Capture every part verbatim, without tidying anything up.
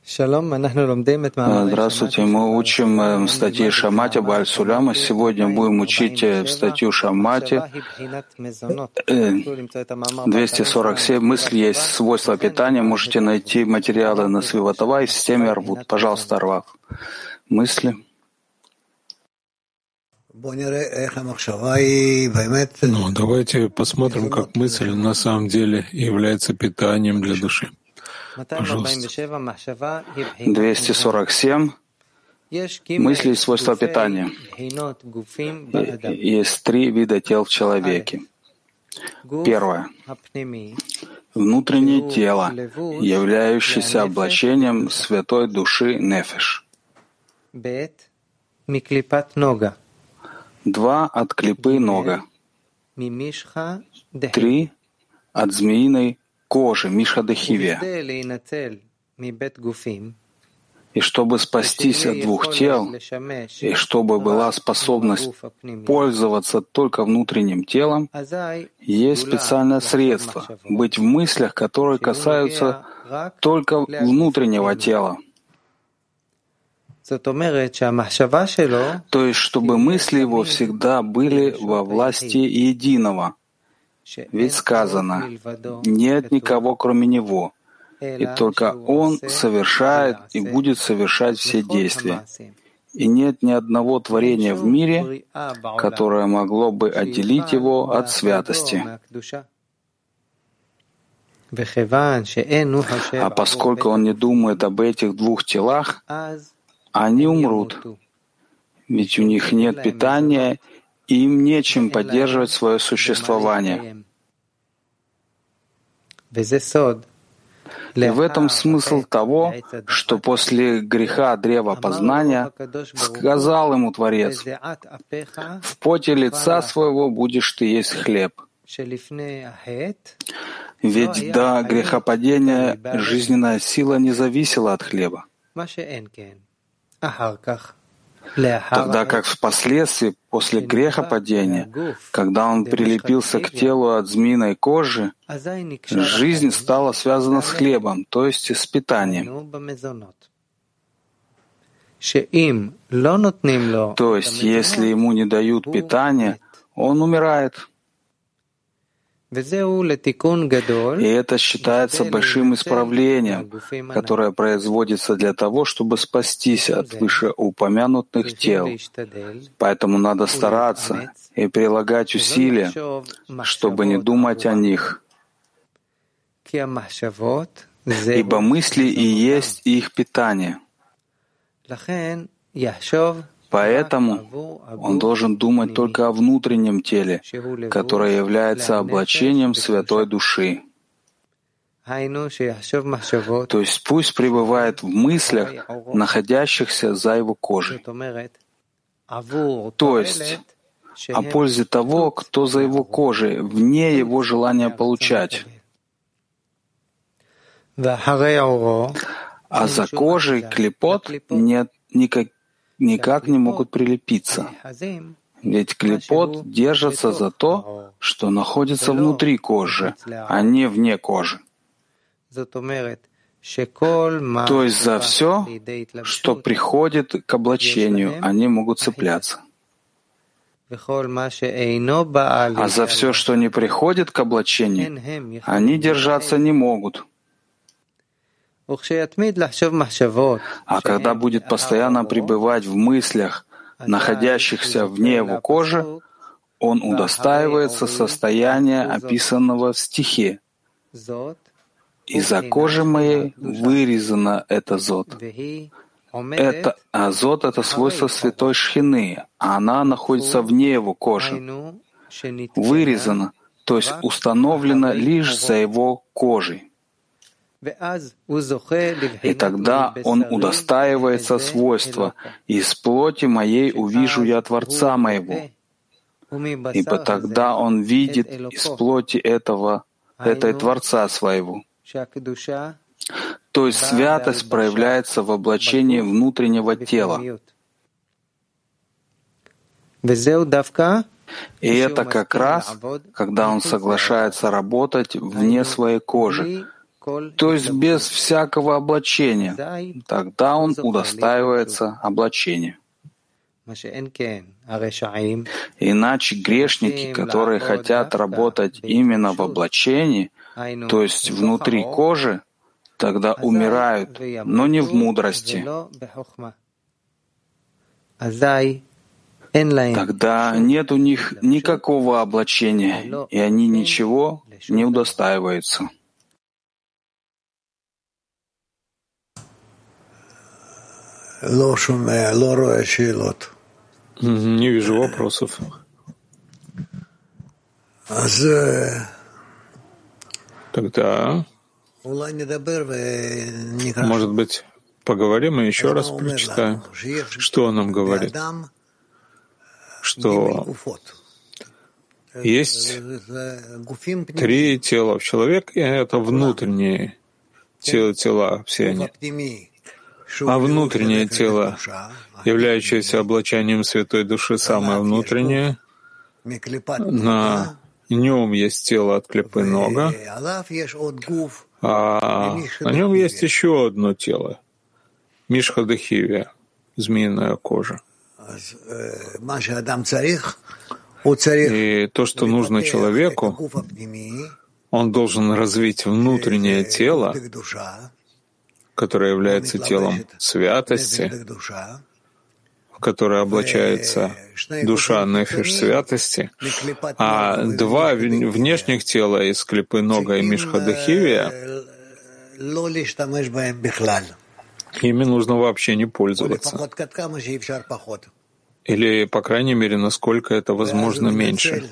Здравствуйте, мы учим статьи Шамати Бааль Суляма. Сегодня будем учить статью Шамати двести сорок семь. Мысль есть свойства питания. Можете найти материалы на Свиватава и в системе Арвут. Пожалуйста, Арвав. Мысли. Ну, давайте посмотрим, как мысль на самом деле является питанием для души. Пожалуйста. двести сорок семь. Мысли и свойства питания. Есть три вида тел в человеке. Первое. Внутреннее тело, являющееся облачением святой души нефеш. Два от клипы нога. Три от змеиной кожи, Мишха Дехивия. И чтобы спастись от двух тел, и чтобы была способность пользоваться только внутренним телом, есть специальное средство — быть в мыслях, которые касаются только внутреннего тела. То есть, чтобы мысли его всегда были во власти единого. Ведь сказано: «Нет никого, кроме Него, и только Он совершает и будет совершать все действия. И нет ни одного творения в мире, которое могло бы отделить Его от святости». А поскольку Он не думает об этих двух телах, они умрут, ведь у них нет питания, и им нечем поддерживать свое существование. И в этом смысл того, что после греха древа познания сказал ему Творец: «В поте лица своего будешь ты есть хлеб». Ведь до грехопадения жизненная сила не зависела от хлеба. Тогда как впоследствии, после грехопадения, когда он прилепился к телу от змеиной кожи, жизнь стала связана с хлебом, то есть с питанием. То есть, если ему не дают питания, он умирает. И это считается большим исправлением, которое производится для того, чтобы спастись от вышеупомянутых тел. Поэтому надо стараться и прилагать усилия, чтобы не думать о них. Ибо мысли и есть их питание. Поэтому он должен думать только о внутреннем теле, которое является облачением святой души. То есть пусть пребывает в мыслях, находящихся за его кожей. То есть о пользе того, кто за его кожей, вне его желания получать. А за кожей клипот нет никаких никак не могут прилепиться. Ведь клипот держится за то, что находится внутри кожи, а не вне кожи. То есть за все, что приходит к облачению, они могут цепляться. А за все, что не приходит к облачению, они держаться не могут. А когда будет постоянно пребывать в мыслях, находящихся вне его кожи, он удостаивается состояния, описанного в стихе. «Из-за кожи моей вырезано это зод». Это, а зод — это свойство святой Шхины, а она находится вне его кожи. Вырезано, то есть установлено лишь за его кожей. И тогда он удостаивается свойства: «Из плоти моей увижу я Творца моего». Ибо тогда он видит из плоти этого, этой Творца своего. То есть святость проявляется в облачении внутреннего тела. И это как раз, когда он соглашается работать вне своей кожи, то есть без всякого облачения, тогда он удостаивается облачения. Иначе грешники, которые хотят работать именно в облачении, то есть внутри кожи, тогда умирают, но не в мудрости. Тогда нет у них никакого облачения, и они ничего не удостаиваются. Не вижу вопросов. Тогда, может быть, поговорим и еще раз прочитаем, что он нам говорит. Что есть три тела в человеке, и это внутренние тела, тела все они. А внутреннее тело, являющееся облачением Святой Души, самое внутреннее, на нем есть тело от клипы нога, а на нем есть еще одно тело — Мишха-Дехивия, змеиная кожа. И то, что нужно человеку, он должен развить внутреннее тело, которое является телом святости, в которое облачается душа нефиш святости, а два внешних тела из клипы нога и Мишха-Дехивия, ими нужно вообще не пользоваться. Или, по крайней мере, насколько это возможно, меньше.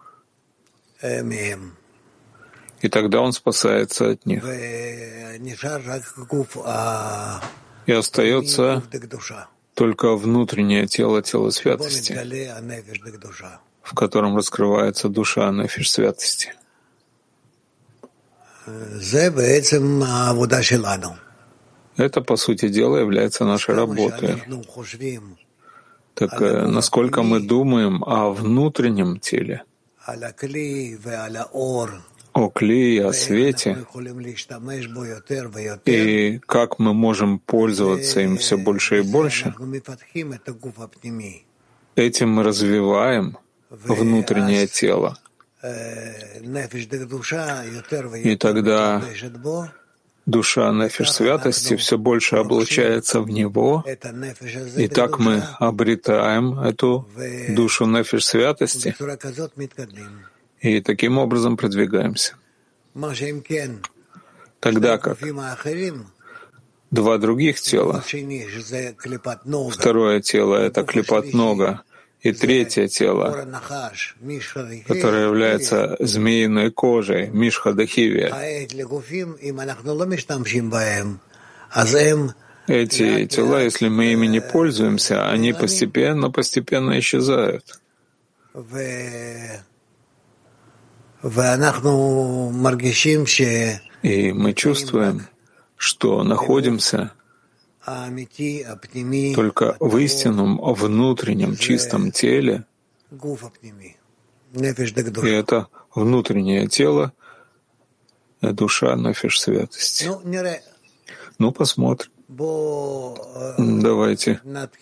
И тогда он спасается от них. И остается только внутреннее тело, тело святости, в котором раскрывается душа нефиш святости. Это, по сути дела, является нашей работой. Так насколько мы думаем о внутреннем теле, о кли, о свете, и как мы можем пользоваться им все больше и больше, этим мы развиваем внутреннее тело. И тогда душа нефиш святости все больше облачается в него, и так мы обретаем эту душу нефиш святости, и таким образом продвигаемся. Тогда как два других тела, второе тело — это клипат нога, и третье тело, которое является змеиной кожей, Мишха-Дехивия. Эти тела, если мы ими не пользуемся, они постепенно-постепенно исчезают. И мы чувствуем, что находимся только в истинном внутреннем чистом теле, и это внутреннее тело, душа нефиш святости. Ну, посмотрим. Давайте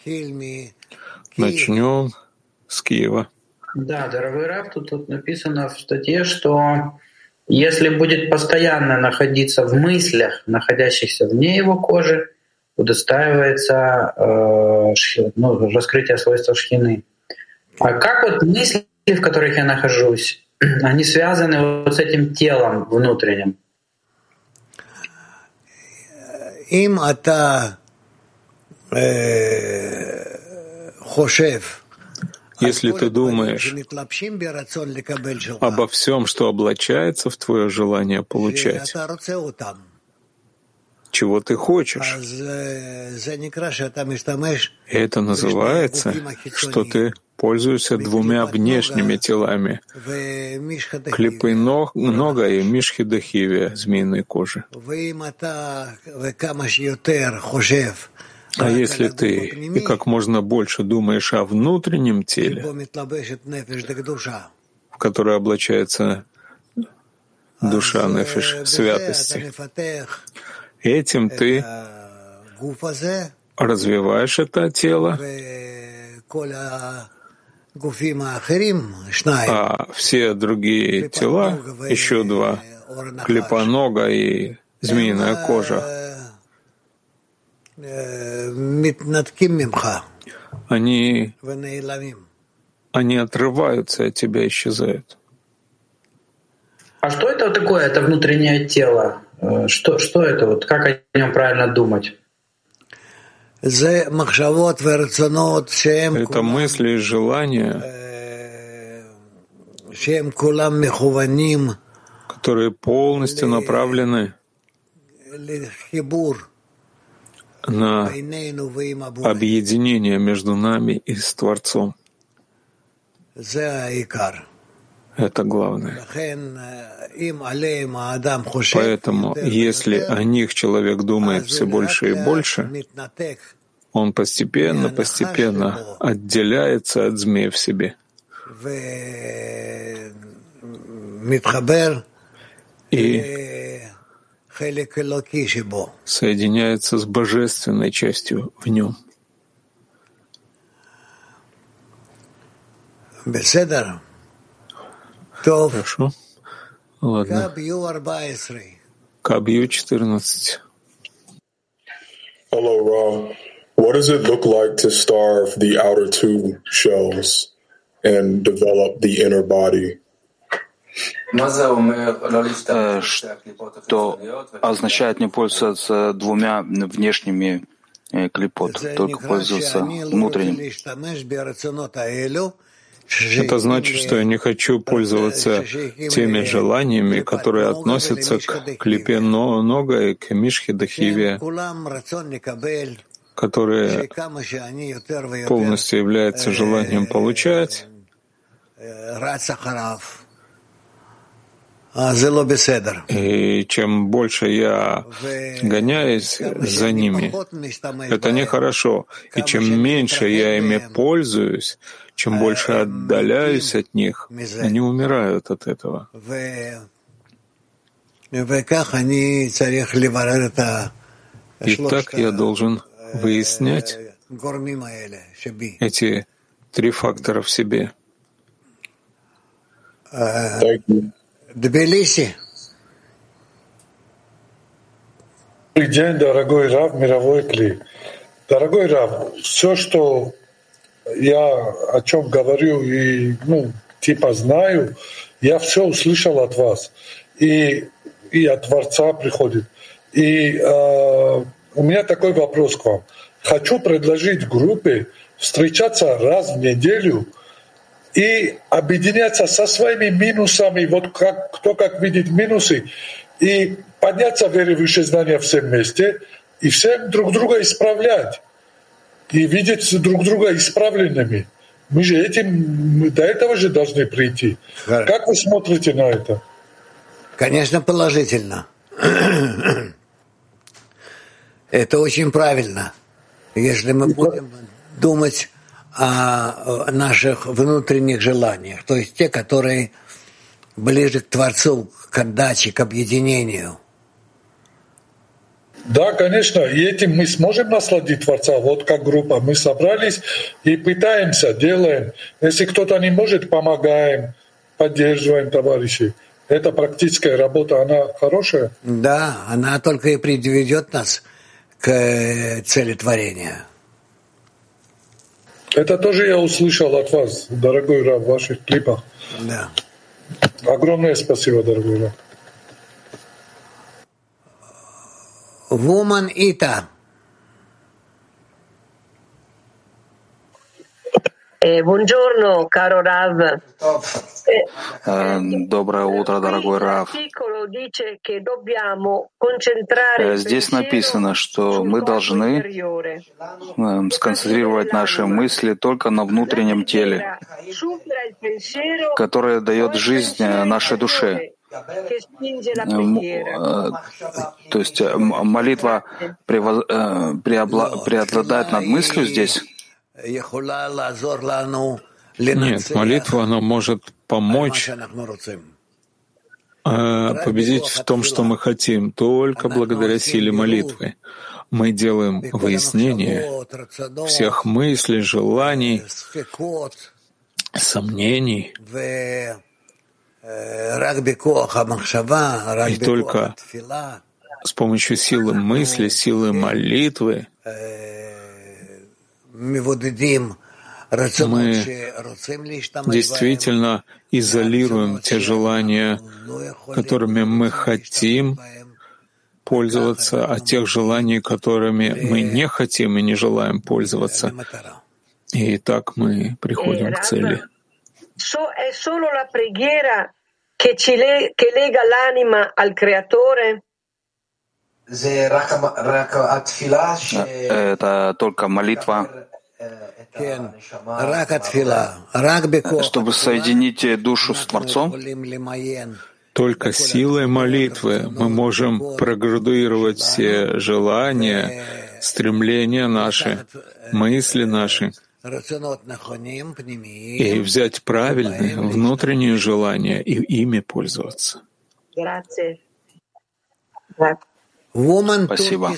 начнем с Киева. Да, дорогой Рав, тут, тут написано в статье, что если будет постоянно находиться в мыслях, находящихся вне его кожи, удостаивается э, шхи, ну, раскрытие свойства шхины. А как вот мысли, в которых я нахожусь, они связаны вот с этим телом внутренним? Им ата хошев. Если ты думаешь обо всем, что облачается в твое желание получать, чего ты хочешь, и это называется, что ты пользуешься двумя внешними телами — клипой нога и Мишхи-Дехивия, змеиной кожи. А если ты и как можно больше думаешь о внутреннем теле, в которое облачается душа, нефиш, святости. Этим ты развиваешь это тело, а все другие тела, еще два, клипонога и змеиная кожа, они, они отрываются от тебя, исчезают. А что это такое, это внутреннее тело? Что, что это? Вот как о нем правильно думать? Это мысли и желания, которые полностью направлены на объединение между нами и с Творцом. Это главное. Поэтому, если о них человек думает все больше и больше, он постепенно, постепенно отделяется от змеи в себе и соединяется с божественной частью в нем. Хорошо. Ладно. Кабью четырнадцать. Hello, Ra. What does it look like to starve the outer two shells and develop the inner body? Что означает не пользоваться двумя внешними клипот, только пользоваться внутренним? Это значит, что я не хочу пользоваться теми желаниями, которые относятся к клипе нога и к мишхе дахиве, которые полностью являются желанием получать. И чем больше я гоняюсь за ними, это нехорошо. И чем меньше я ими пользуюсь, чем больше отдаляюсь от них, они умирают от этого. И так я должен выяснять эти три фактора в себе. Тбилиси. Добрый день, дорогой Рав, мировой Кли. Дорогой Рав, все, что я о чем говорю и, ну, типа знаю, я все услышал от вас. И, и от Творца приходит. И э, у меня такой вопрос к вам. Хочу предложить группе встречаться раз в неделю и объединяться со своими минусами, вот как, кто как видит минусы, и подняться в вере выше знания все вместе, и всем друг друга исправлять, и видеть друг друга исправленными. Мы же этим, мы до этого же должны прийти. Хорошо. Как вы смотрите на это? Конечно, положительно. Это очень правильно. Если мы будем думать о наших внутренних желаниях, то есть те, которые ближе к Творцу, к отдаче, к объединению. Да, конечно, и этим мы сможем насладить Творца. Вот как группа мы собрались и пытаемся, делаем. Если кто-то не может, помогаем, поддерживаем товарищей. Эта практическая работа, она хорошая? Да, она только и приведет нас к цели творения. Это тоже я услышал от вас, дорогой Рав, в ваших клипах. Да. Огромное спасибо, дорогой Рав. Woman Ita. Eh, buongiorno, caro Rav. Доброе утро, дорогой Рав. Здесь написано, что мы должны сконцентрировать наши мысли только на внутреннем теле, которое дает жизнь нашей душе. То есть молитва преобладает над мыслью здесь? Нет, молитва, она может помочь а победить в том, что мы хотим, только благодаря силе молитвы. Мы делаем выяснение всех мыслей, желаний, сомнений, и только с помощью силы мысли, силы молитвы мы действительно изолируем те желания, которыми мы хотим пользоваться, от тех желаний, которыми мы не хотим и не желаем пользоваться. И так мы приходим к цели. Это только молитва, чтобы соединить душу с Творцом. Только силой молитвы мы можем проградуировать все желания, стремления наши, мысли наши и взять правильные внутренние желания и ими пользоваться. Спасибо.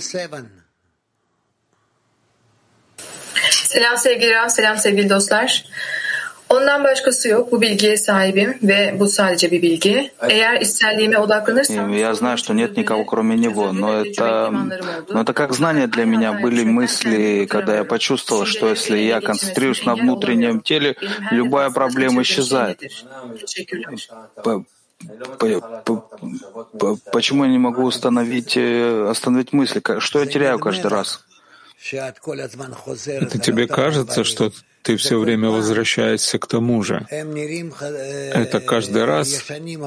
Selam sevgili Rav, selam sevgili dostlar. Ondan başkası yok. Bu bilgiye sahibim ve bu sadece bir bilgi. Eğer içselliğime odaklanırsam... Я знаю, что нет никого, кроме него, но это, но это как знание для меня. Были мысли, когда я почувствовал, что если я концентрируюсь на внутреннем теле, любая проблема исчезает. Почему я не могу установить, остановить мысли? Что я теряю каждый раз? Это тебе кажется, что ты все время возвращаешься к тому же. Это каждый раз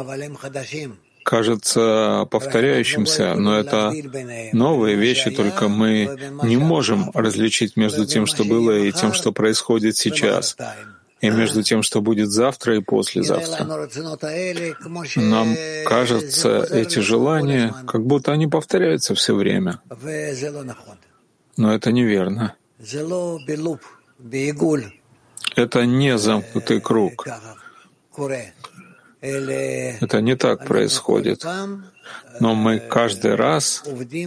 кажется повторяющимся, но это новые вещи, только мы не можем различить между тем, что было, и тем, что происходит сейчас, и между тем, что будет завтра и послезавтра. Нам кажется, эти желания, как будто они повторяются все время. Но это неверно. Это не замкнутый круг. Это не так происходит. Но мы каждый раз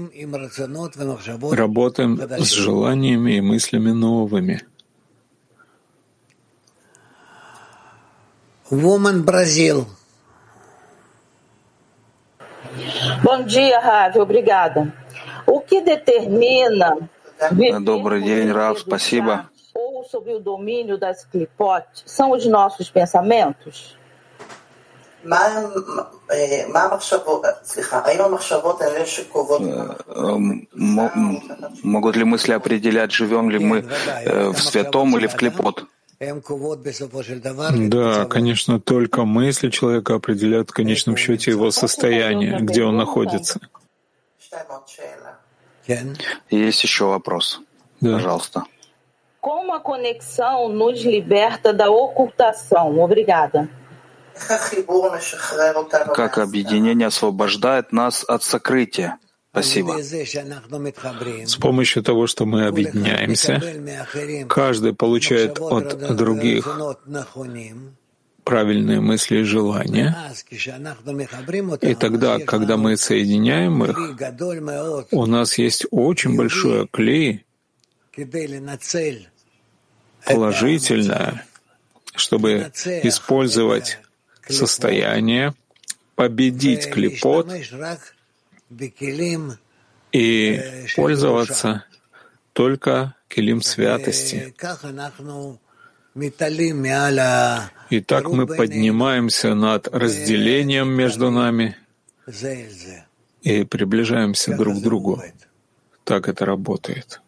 работаем с желаниями и мыслями новыми. Woman Brazil. Bom dia, Rav. Obrigada. O que determina Добрый день, Рав, спасибо. ou sob o domínio das clipote são os nossos pensamentos? Могут ли мысли определять, живем ли мы в святом или в клипот? Да, конечно, только мысли человека определяют в конечном счете его состояние, где он находится. Есть еще вопрос. Да. Пожалуйста. Como a conexão nos liberta da ocultação? Obrigada. Как объединение освобождает нас от сокрытия? Спасибо. С помощью того, что мы объединяемся, каждый получает от других правильные мысли и желания. И тогда, когда мы соединяем их, у нас есть очень большое клей, положительное, чтобы использовать состояние, победить клипот и пользоваться только келим святости. И так мы поднимаемся над разделением между нами и приближаемся друг к другу. Так это работает.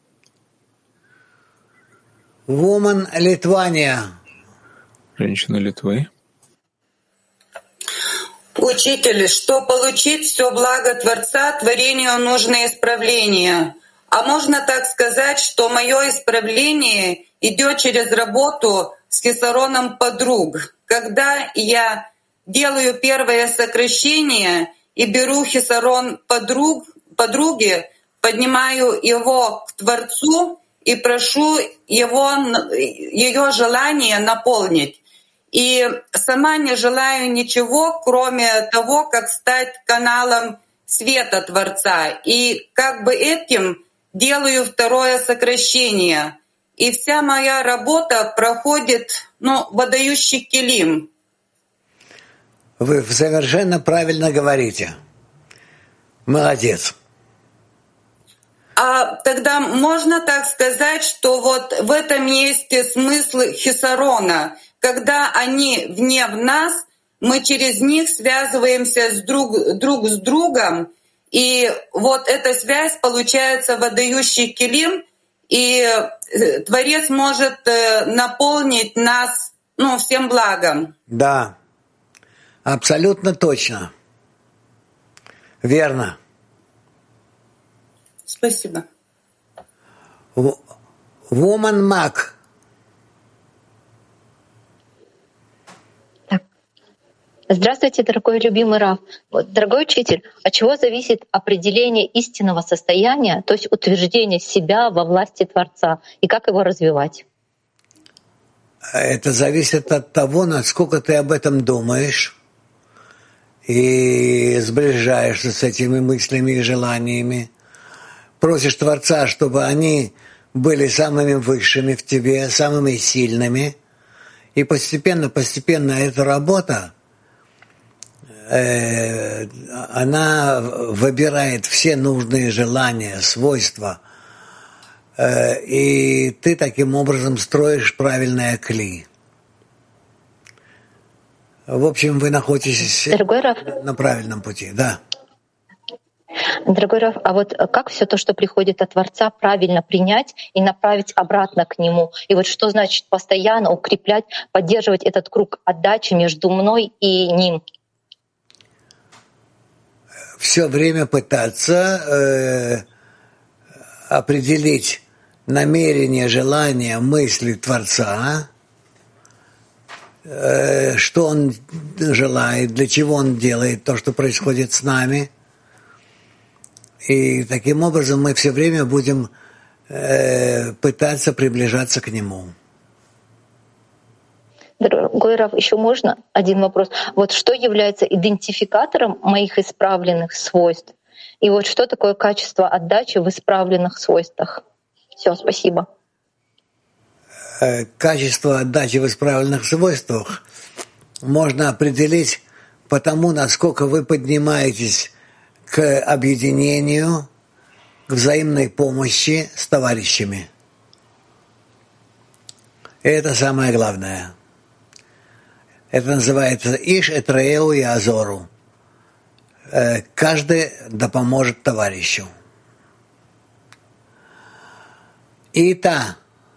Woman Литвания. Женщина Литвы. Учитель, что получить все благо Творца, творению нужно исправление. А можно так сказать, что мое исправление идет через работу с хисароном подруг. Когда я делаю первое сокращение и беру хисарон подруг, подруги, поднимаю его к Творцу и прошу его, ее желание наполнить. и сама не желаю ничего, кроме того, как стать каналом света Творца. И как бы этим делаю второе сокращение. И вся моя работа проходит, ну, в отдающий келим. Вы совершенно правильно говорите. Молодец. А тогда можно так сказать, что вот в этом есть смысл хисарона. Когда они вне в нас, мы через них связываемся с друг, друг с другом, и вот эта связь получается в отдающий келим, и Творец может наполнить нас, ну, всем благом. Да, абсолютно точно. Верно. Спасибо. Woman Мак. Здравствуйте, дорогой любимый Рав. Дорогой учитель, от чего зависит определение истинного состояния, то есть утверждение себя во власти Творца, и как его развивать? Это зависит от того, насколько ты об этом думаешь и сближаешься с этими мыслями и желаниями. Просишь Творца, чтобы они были самыми высшими в тебе, самыми сильными. И постепенно-постепенно эта работа, э, она выбирает все нужные желания, свойства. Э, и ты таким образом строишь правильное кли. В общем, вы находитесь на правильном пути, да. Дорогой Рав, а вот как все то, что приходит от Творца, правильно принять и направить обратно к Нему? И вот что значит постоянно укреплять, поддерживать этот круг отдачи между мной и Ним? Все время пытаться э, определить намерение, желание, мысли Творца, э, что Он желает, для чего Он делает то, что происходит с нами. И таким образом мы все время будем э, пытаться приближаться к Нему. Дорогой Рав, еще можно один вопрос? Вот что является идентификатором моих исправленных свойств? И вот что такое качество отдачи в исправленных свойствах? Все, спасибо. Э, качество отдачи в исправленных свойствах можно определить по тому, насколько вы поднимаетесь к объединению, к взаимной помощи с товарищами. И это самое главное. Это называется «Иш эт реу и азору». Каждый да поможет товарищу. Ита.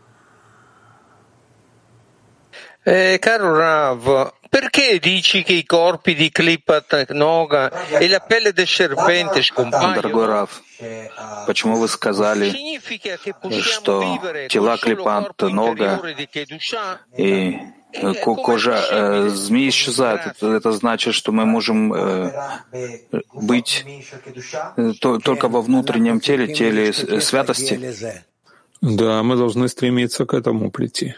Eh, caro Rav, perché dici che i corpi di Klipat Noga e la pelle del serpente scompaiono? Дорогой Рав, почему вы сказали, что тела Клипат Нога и кожа э, змеи исчезают? Это, это значит, что мы можем э, быть то, только во внутреннем теле, теле святости? Да, мы должны стремиться к этому прийти.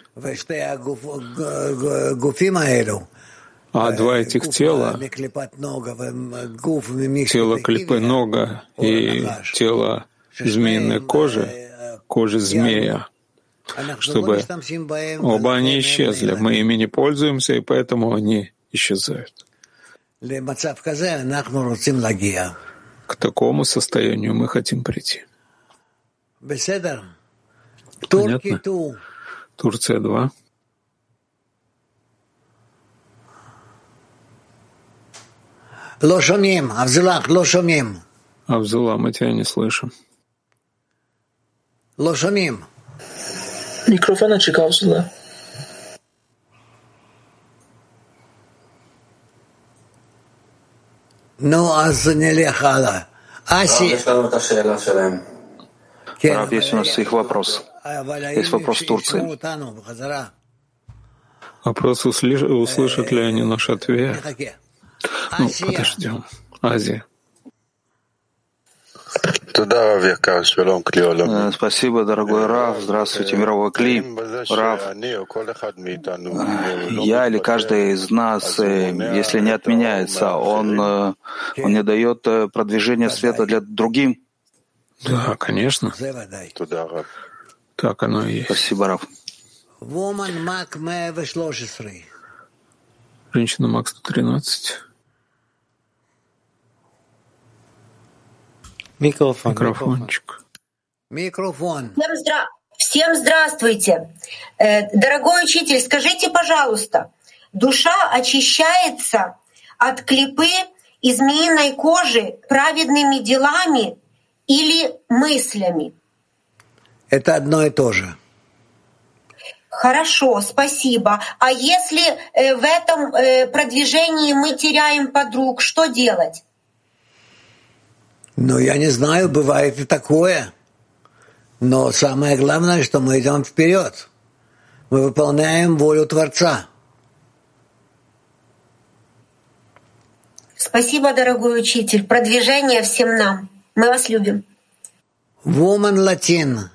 А два этих тела, тело клипы нога и тело змеиной кожи, кожи змея, чтобы оба они исчезли. Мы ими не пользуемся, и поэтому они исчезают. К такому состоянию мы хотим прийти. Понятно? Турция два. Лошомим, Авзулах, лошомим. Авзула, мы тебя не слышим. Лошомим. Микрофончик Авзула. Ну, аз не лехала. Аси. Рав, есть у нас их вопрос. Есть вопрос в Турции. Вопрос, услышат ли они наш ответ? Ну, подождем. Азия. Спасибо, дорогой Рав. Здравствуйте, мировой Кли. Рав, я или каждый из нас, если не отменяется, он, он не дает продвижения света для другим? Да, конечно. Так оно и есть. Спасибо, Рав. Женщина Макс сто тринадцать. Микрофон. Микрофончик. Микрофон. Всем, здра... Всем здравствуйте. Э, дорогой учитель, скажите, пожалуйста, душа очищается от клипы и змеиной кожи праведными делами или мыслями? Это одно и то же. Хорошо, спасибо. А если э, в этом э, продвижении мы теряем подруг, что делать? Ну, я не знаю, бывает и такое. Но самое главное, что мы идем вперед. Мы выполняем волю Творца. Спасибо, дорогой учитель. Продвижение всем нам. Мы вас любим. Woman Latin.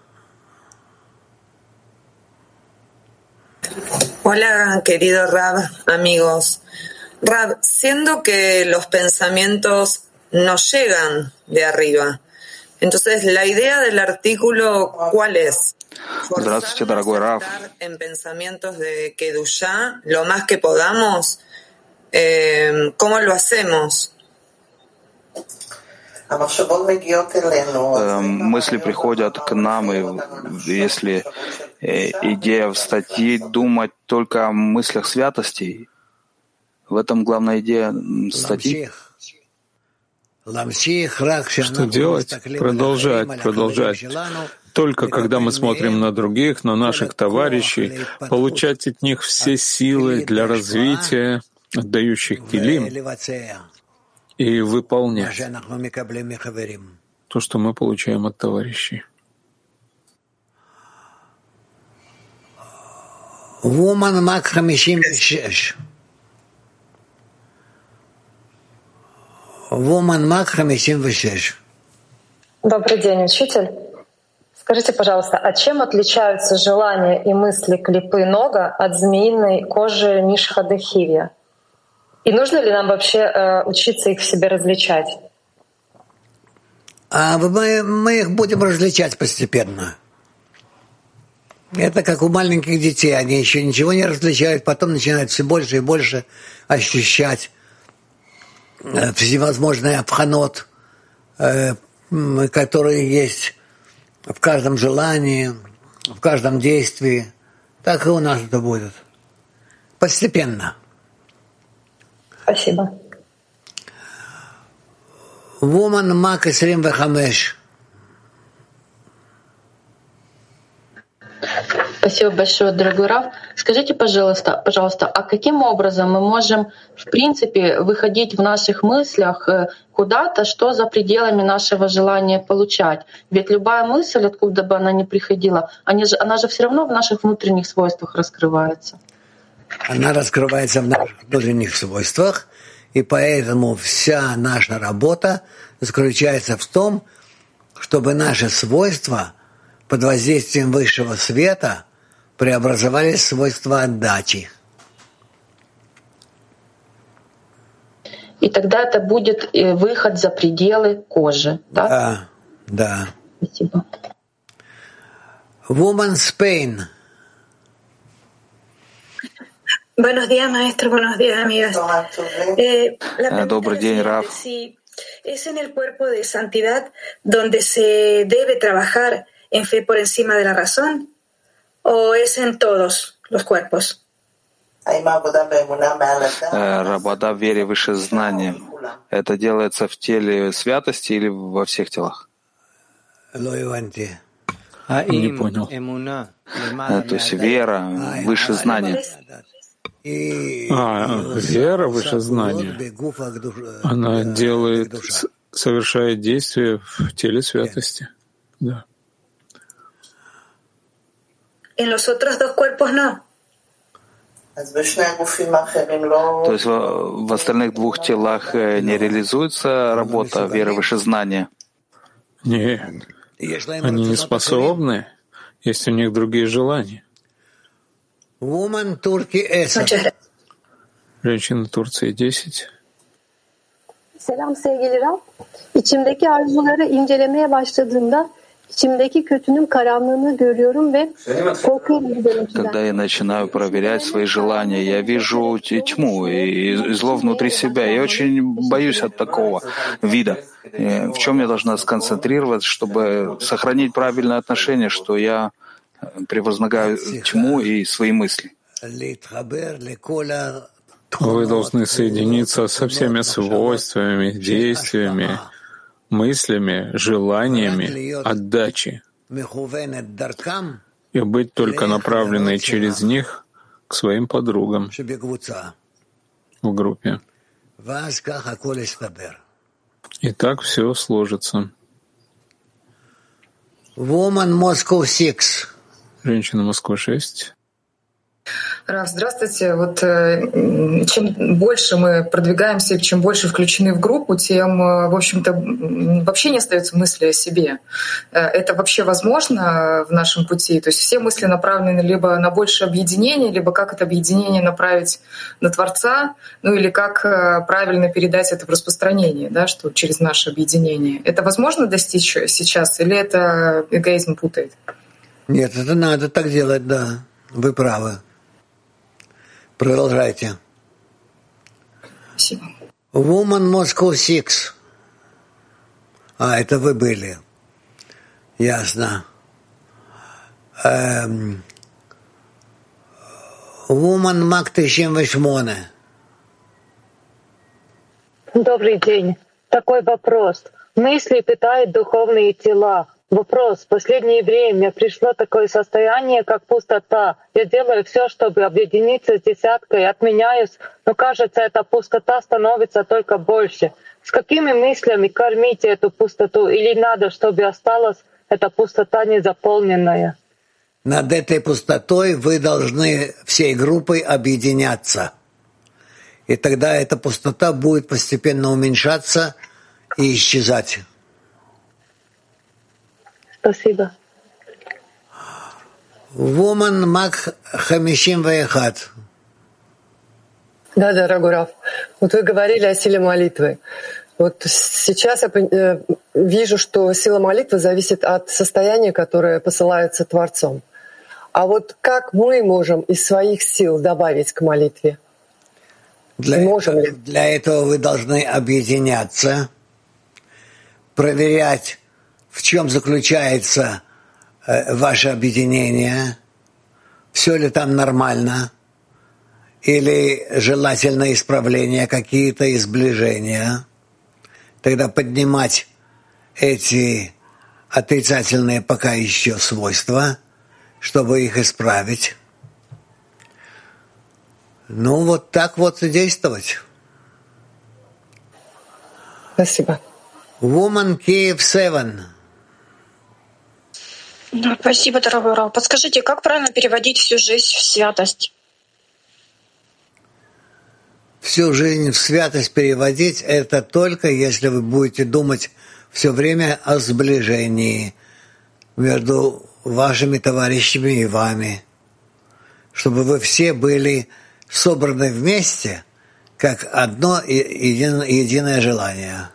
Hola, querido Rab, amigos. Rab, siendo que los pensamientos nos llegan de arriba, entonces la idea del artículo, ¿cuál es? Здравствуйте, дорогой Рав. En pensamientos de Kedushá, lo más que podamos, eh, ¿cómo lo hacemos? Мысли приходят к нам, и если идея в статье думать только о мыслях святости, в этом главная идея статьи. Что делать? Продолжать, продолжать. Только когда мы смотрим на других, на наших товарищей, получать от них все силы для развития, отдающих килим, и выполнять то, что мы получаем от товарищей. Woman Мак пятьдесят шесть. Woman Мак пятьдесят шесть. Добрый день, учитель. Скажите, пожалуйста, а чем отличаются желания и мысли клипы Нога от змеиной кожи Нишхадехивья? И нужно ли нам вообще э, учиться их в себе различать? А мы, мы их будем различать постепенно. Это как у маленьких детей. Они еще ничего не различают, потом начинают все больше и больше ощущать э, всевозможные абханот, э, которые есть в каждом желании, в каждом действии. Так и у нас это будет. Постепенно. Спасибо. Woman Мак двадцать пять. Спасибо большое, дорогой Рав. Скажите, пожалуйста, пожалуйста, а каким образом мы можем, в принципе, выходить в наших мыслях куда-то, что за пределами нашего желания получать? Ведь любая мысль, откуда бы она ни приходила, она же, она же все равно в наших внутренних свойствах раскрывается. Она раскрывается в наших внутренних свойствах, и поэтому вся наша работа заключается в том, чтобы наши свойства под воздействием высшего света преобразовались в свойства отдачи. И тогда это будет выход за пределы кожи, да? Да, да. Спасибо. Woman Spain. Buenos días, maestro. Buenos días, amigas. Eh, Добрый день, Рав. Es en el cuerpo de santidad donde se debe trabajar en fe por encima de la razón, o es en todos los cuerpos? Работа в вере выше знания. Это делается в теле святости или во всех телах? Не понял. То есть вера выше знания. А, вера выше знания. Она делает, совершает действие в теле святости. Да. En los otros dos cuerpos no. То есть в, в остальных двух телах не реализуется работа веры выше знания? Нет, они не способны. Есть у них другие желания. Женщина Турции десять. Selam sevgili Rab. İçimdeki arzuları incelemeye başladığımda içimdeki kötünün karanlığını görüyorum ve korkuyorum benimkinden. Когда я начинаю проверять свои желания, я вижу тьму и зло внутри себя. Я очень боюсь от такого вида. В чем я должна сконцентрироваться, чтобы сохранить правильное отношение, что я превознагаю тьму и свои мысли? Вы должны соединиться со всеми свойствами, действиями, мыслями, желаниями, отдачи и быть только направленной через них к своим подругам в группе. И так все сложится. Женщина Москва шесть. Рав, здравствуйте. Вот э, чем больше мы продвигаемся, чем больше включены в группу, тем, э, в общем-то, вообще не остается мысли о себе. Э, это вообще возможно в нашем пути? То есть все мысли направлены либо на большее объединение, либо как это объединение направить на Творца, ну или как э, правильно передать это в распространение, да, что через наше объединение. Это возможно достичь сейчас или это эгоизм путает? Нет, это надо так делать, да. Вы правы. Продолжайте. Спасибо. Woman Moscow Six. А, это вы были. Ясно. Эм... Woman Мак тысяча восемь. Добрый день. Такой вопрос. Мысли питают духовные тела. Вопрос. В последнее время пришло такое состояние, как пустота. Я делаю все, чтобы объединиться с десяткой, отменяюсь, но кажется, эта пустота становится только больше. С какими мыслями кормите эту пустоту? Или надо, чтобы осталась эта пустота незаполненная? Над этой пустотой вы должны всей группой объединяться. И тогда эта пустота будет постепенно уменьшаться и исчезать. Спасибо. Woman Мак Хамишим Ваехат. Да, дорогой Рав. Вот вы говорили о силе молитвы. Вот сейчас я вижу, что сила молитвы зависит от состояния, которое посылается Творцом. А вот как мы можем из своих сил добавить к молитве? Для, можем этого, для этого вы должны объединяться, проверять, в чем заключается э, ваше объединение, все ли там нормально, или желательно исправления какие-то и сближения. Тогда поднимать эти отрицательные пока еще свойства, чтобы их исправить. Ну, вот так вот и действовать. Спасибо. Woman Kiev семь. Да, спасибо, дорогой Рав. Подскажите, как правильно переводить всю жизнь в святость? Всю жизнь в святость переводить — это только если вы будете думать все время о сближении между вашими товарищами и вами, чтобы вы все были собраны вместе, как одно единое, единое желание.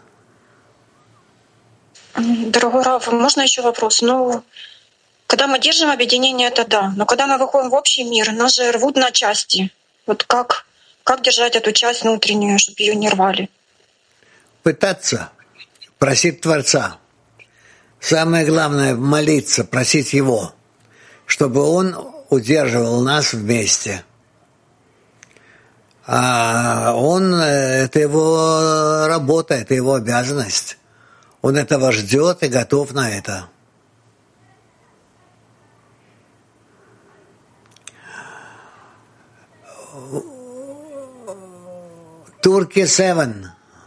Дорогой Рав, можно еще вопрос? Ну, когда мы держим объединение, это да. Но когда мы выходим в общий мир, нас же рвут на части. Вот как, как держать эту часть внутреннюю, чтобы ее не рвали? Пытаться, просить Творца. Самое главное — молиться, просить Его, чтобы Он удерживал нас вместе. А Он — это Его работа, это Его обязанность. Он этого ждет и готов на это. Турки семь.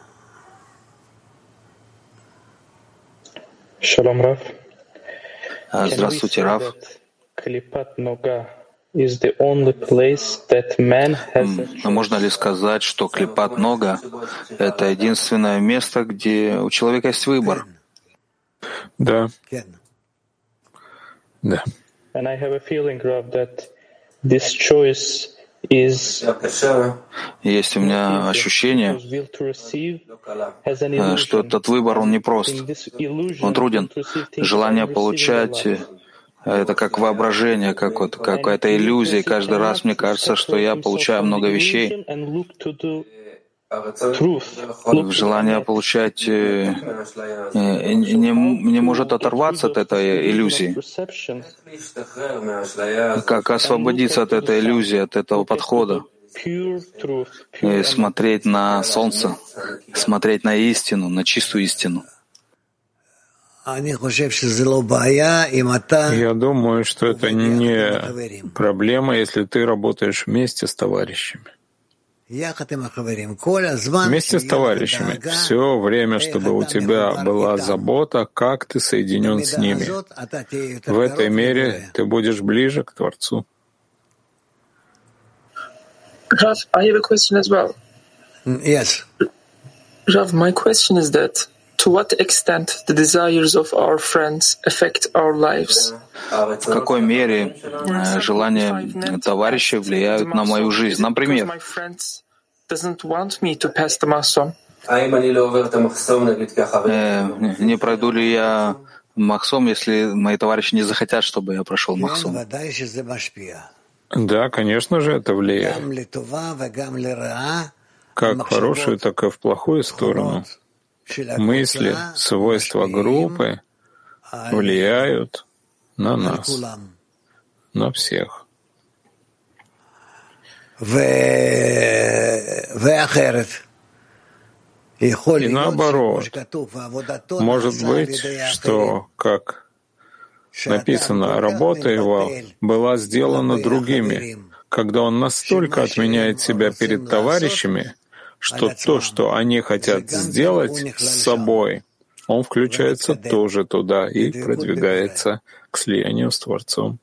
Шалом, Рав. Здравствуйте, Рав. Но можно ли сказать, что клипат нога — это единственное место, где у человека есть выбор? Да. Да. And I have a feeling, Rav, that this choice is Есть у меня ощущение, что этот выбор, он непрост, он труден. Желание получать — это как воображение, как вот какая-то иллюзия. И каждый раз мне кажется, что я получаю много вещей. Желание получать не, не может оторваться от этой иллюзии. Как освободиться от этой иллюзии, от этого подхода? И смотреть на солнце, смотреть на истину, на чистую истину. Я думаю, что это не проблема, если ты работаешь вместе с товарищами. Вместе с товарищами. Все время, чтобы у тебя была забота, как ты соединен с ними. В этой мере ты будешь ближе к Творцу. Rav, I have a question as well. Yes. Rav, my question is that to what extent the desires of our friends affect our lives? В какой мере желания товарищей влияют на мою жизнь? Например, не пройду ли я Махсом, если мои товарищи не захотят, чтобы я прошел Махсом? Да, конечно же, это влияет. Как в хорошую, так и в плохую сторону. Мысли, свойства группы влияют на нас, на всех. И наоборот, может быть, что, как написано, работа его была сделана другими, когда он настолько отменяет себя перед товарищами, что то, что они хотят сделать с собой, он включается тоже туда и продвигается к слиянию с Творцом.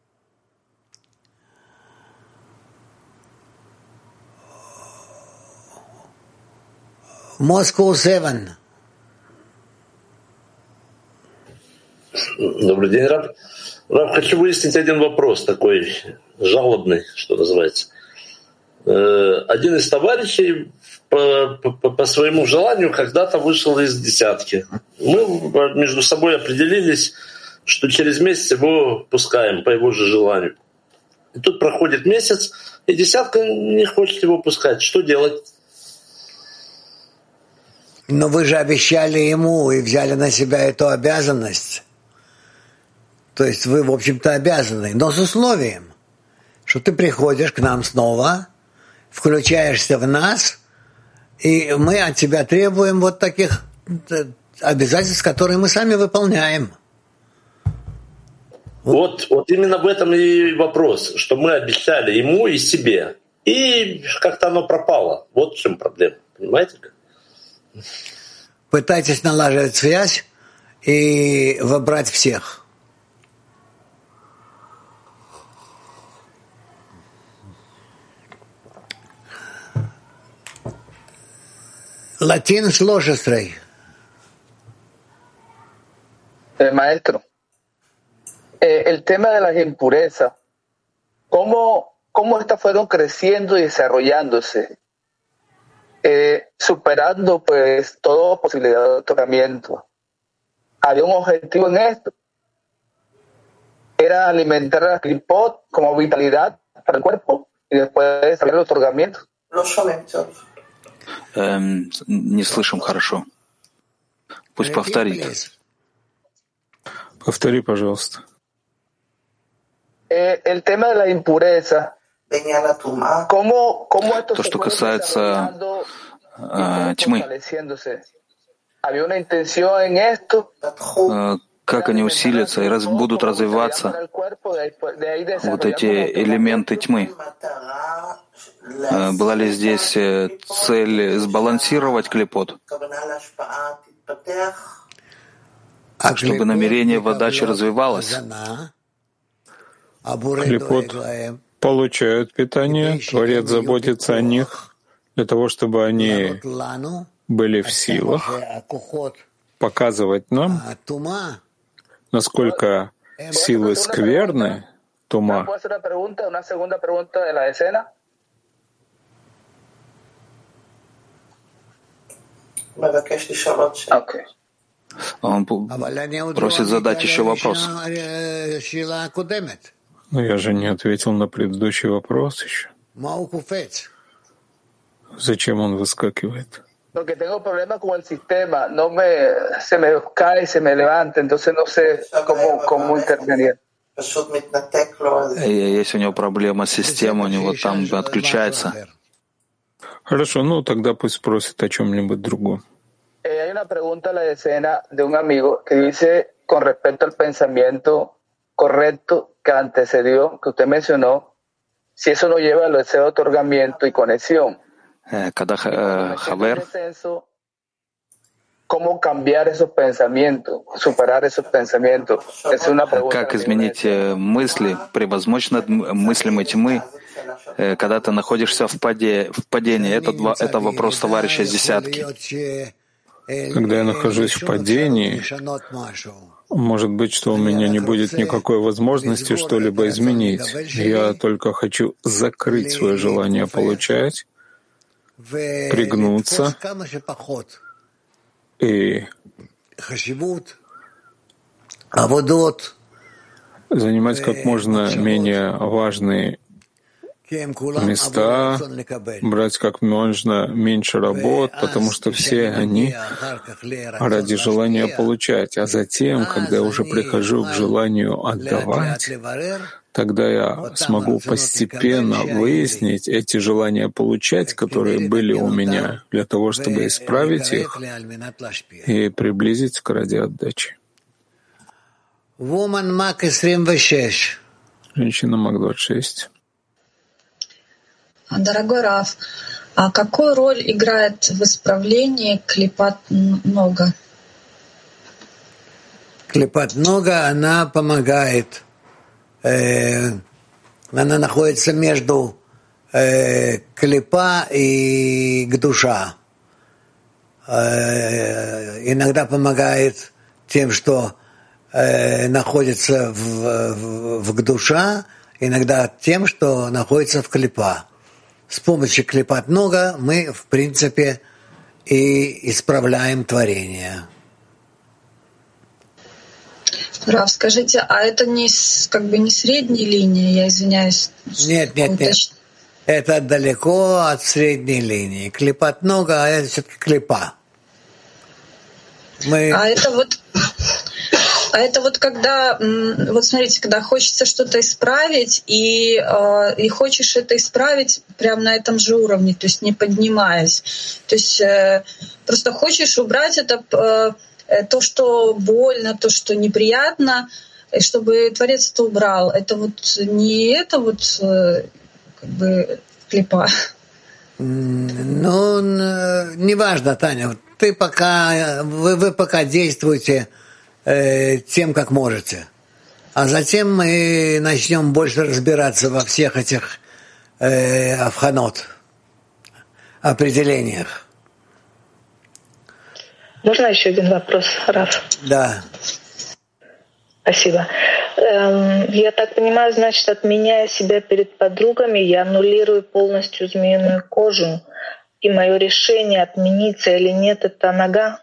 Moscow семь. Добрый день, Раб. Раб, хочу выяснить один вопрос такой жалобный, что называется. Один из товарищей по, по, по своему желанию когда-то вышел из десятки. Мы между собой определились, что через месяц его пускаем по его же желанию. И тут проходит месяц, и десятка не хочет его пускать. Что делать? Но вы же обещали ему и взяли на себя эту обязанность. То есть вы, в общем-то, обязаны, но с условием, что ты приходишь к нам снова, включаешься в нас, и мы от тебя требуем вот таких обязательств, которые мы сами выполняем. Вот, вот именно в этом и вопрос, что мы обещали ему и себе, и как-то оно пропало. Вот в чем проблема, понимаете? Пытайтесь налаживать связь и выбрать всех. Latín Schlossestray. Eh, maestro, eh, el tema de las impurezas, ¿cómo, cómo estas fueron creciendo y desarrollándose, eh, superando pues toda posibilidad de otorgamiento? ¿Había un objetivo en esto? ¿Era alimentar a la clipot como vitalidad para el cuerpo y después desarrollar el otorgamiento? Эм, не слышим хорошо. Пусть повторит. Повтори, пожалуйста. El tema de la impureza. ¿Cómo, cómo esto То, что касается э, тьмы. ¿Había una intención en esto? Э, как они усилятся и раз, будут развиваться вот эти элементы тьмы. Была ли здесь цель сбалансировать клипот, чтобы намерение в отдаче развивалось? Клипот получают питание, Творец заботится о них для того, чтобы они были в силах показывать нам, насколько силы скверны, тума. Okay. Он просит задать еще вопрос. Но я же не ответил на предыдущий вопрос еще. Зачем он выскакивает? Porque tengo problemas con el sistema, no me, se me cae, se me levanta, entonces no sé cómo, cómo intervenir. Если у него проблема с системой, у него там отключается. Хорошо, ну тогда пусть спросит о чем-нибудь другом. Hay una pregunta a la decena de un amigo que dice con respecto al pensamiento correcto que antecedió, que usted mencionó, si eso no lleva al deseo de otorgamiento y conexión. Когда Хавер, ¿cómo cambiar esos pensamientos, superar esos pensamientos? Es una pregunta. Как изменить мысли, превозмочь над мыслями тьмы, когда ты находишься в падении? Это, это вопрос товарища с десятки. Когда я нахожусь в падении, может быть, что у меня не будет никакой возможности что-либо изменить. Я только хочу закрыть свое желание получать, пригнуться и занимать как можно менее важные места, брать как можно меньше работ, потому что все они ради желания получать. А затем, когда я уже прихожу к желанию отдавать, тогда я смогу постепенно выяснить эти желания получать, которые были у меня, для того, чтобы исправить их и приблизить к ради отдачи. Женщина Мак двадцать шесть. Дорогой Рав, а какую роль играет в исправлении клипат нога? Клипат нога, она помогает. Э, она находится между э, клипа и гдуша. Э, иногда помогает тем, что э, находится в, в, в гдуша, иногда тем, что находится в клипа. С помощью клипат нога мы, в принципе, и исправляем творение. Рав, скажите, а это не как бы не средняя линия, я извиняюсь? Нет, нет, нет. Это далеко от средней линии. Клипат нога, а это все-таки клипа. Мы... А это вот... А это вот когда, вот смотрите, когда хочется что-то исправить, и, и хочешь это исправить прямо на этом же уровне, то есть не поднимаясь. То есть просто хочешь убрать это, то, что больно, то, что неприятно, чтобы Творец это убрал. Это вот не это вот как бы клипа. Ну, неважно, Таня. Ты пока, вы, вы пока действуете тем, как можете. А затем мы начнем больше разбираться во всех этих э, авханот, определениях. Можно еще один вопрос, Рав? Да. Спасибо. Эм, я так понимаю, значит, отменяя себя перед подругами, я аннулирую полностью змеиную кожу, и мое решение, отмениться или нет, это нога?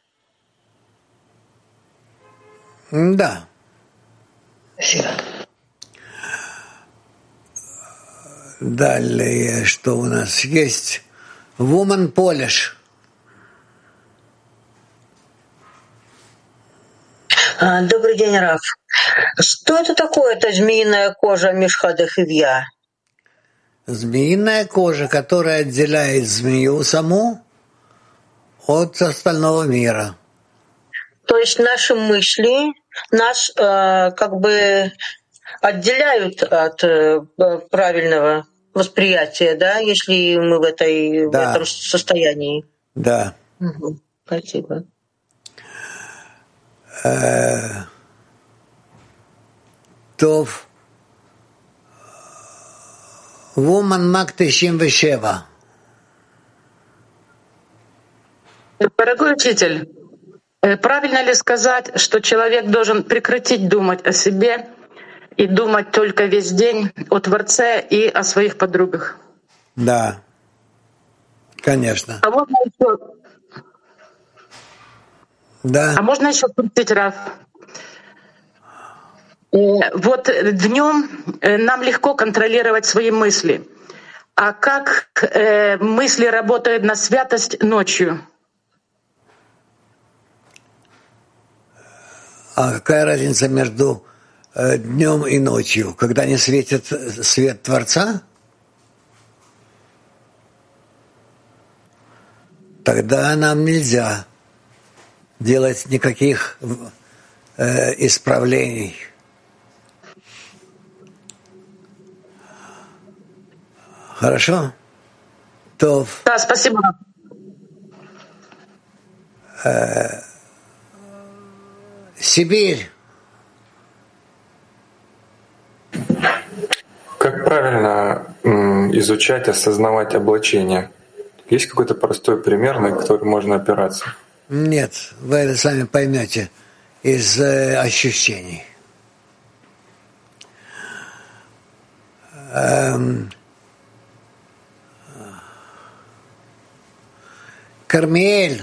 Да. Спасибо. Далее, что у нас есть? Woman Polish. Добрый день, Раф. Что это такое, эта змеиная кожа Мишхада Хивья? Змеиная кожа, которая отделяет змею саму от остального мира. То есть наши мысли нас э, как бы отделяют от э, правильного восприятия, да, если мы в, этой, да. в этом состоянии. Да. Угу. Спасибо. Э, Тов. Woman Мак девяносто семь. Дорогой учитель, Правильно ли сказать, что человек должен прекратить думать о себе и думать только весь день о Творце и о своих подругах? Да, конечно. А можно еще? Да. А можно еще спросить, Рав? Вот днем нам легко контролировать свои мысли. А как э, мысли работают на святость ночью? А какая разница между э, днем и ночью, когда не светит свет Творца? Тогда нам нельзя делать никаких э, исправлений. Хорошо? То. Да, спасибо. Э, Сибирь. Как правильно м, изучать, осознавать облачение? Есть какой-то простой пример, на который можно опираться? Нет, вы это сами поймете из э, ощущений. Эм, Кармиэль.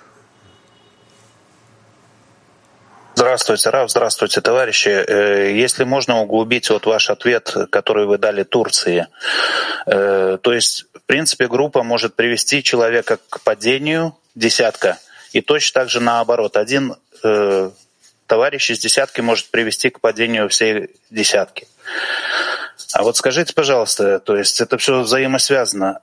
Здравствуйте, Рав, здравствуйте, товарищи. Если можно углубить вот ваш ответ, который вы дали Турции. То есть, в принципе, группа может привести человека к падению десятка, и точно так же наоборот. Один товарищ из десятки может привести к падению всей десятки. А вот скажите, пожалуйста, то есть это все взаимосвязано.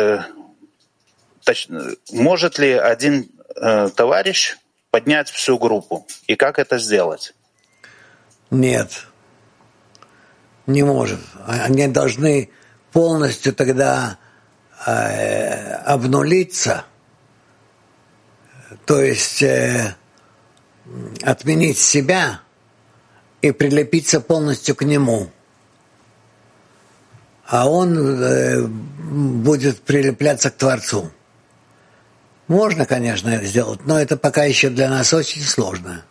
Может ли один товарищ поднять всю группу? И как это сделать? Нет, не может. Они должны полностью тогда э, обнулиться, то есть э, отменить себя и прилепиться полностью к нему. А он э, будет прилепляться к Творцу. Можно, конечно, это сделать, но это пока еще для нас очень сложно.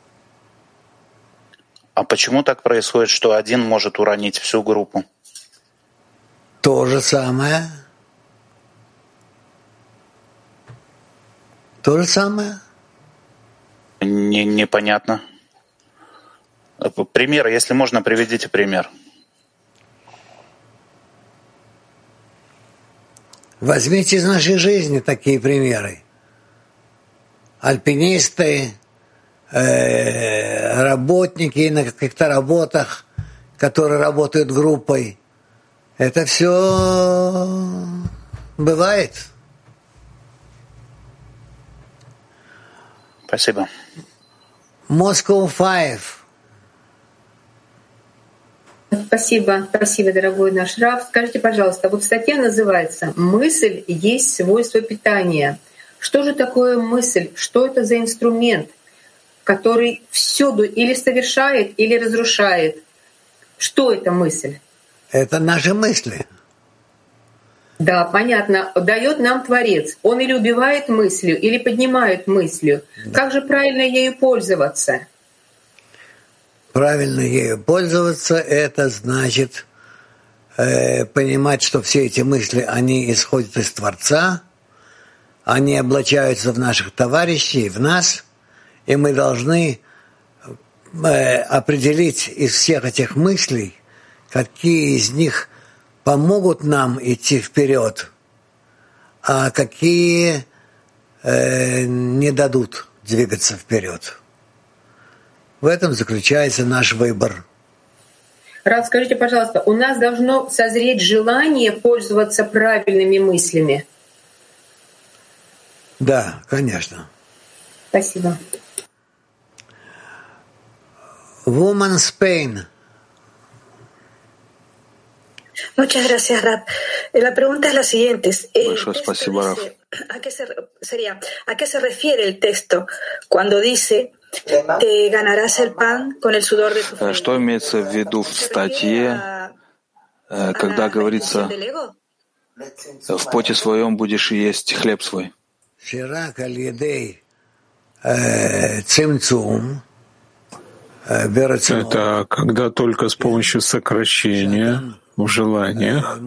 А почему так происходит, что один может уронить всю группу? То же самое. То же самое. Не, непонятно. Пример, если можно, приведите пример. Возьмите из нашей жизни такие примеры. Альпинисты, э, работники на каких-то работах, которые работают группой. Это все бывает. Спасибо. Moscow Five. Спасибо, спасибо, дорогой наш Рав. Скажите, пожалуйста, вот статья называется «Мысль есть свойство питания». Что же такое мысль? Что это за инструмент, который всюду или совершает, или разрушает? Что это мысль? Это наши мысли. Да, понятно. Дает нам Творец. Он или убивает мыслью, или поднимает мыслью. Да. Как же правильно ею пользоваться? Правильно ею пользоваться — это значит э, понимать, что все эти мысли, они исходят из Творца, они облачаются в наших товарищей, в нас, и мы должны э, определить из всех этих мыслей, какие из них помогут нам идти вперед, а какие э, не дадут двигаться вперед. В этом заключается наш выбор. Рав, скажите, пожалуйста, у нас должно созреть желание пользоваться правильными мыслями? Да, конечно. Спасибо. Woman's Pain. Muchas gracias, Rab. La pregunta es la siguiente. Большое спасибо, Рав. ¿A qué se, sería, ¿a qué se refiere el texto cuando dice «Te ganarás el pan con el sudor de tu frente»? Что имеется в виду в статье, когда говорится «в поте своем будешь есть хлеб свой»? Это когда только с помощью сокращения в желаниях,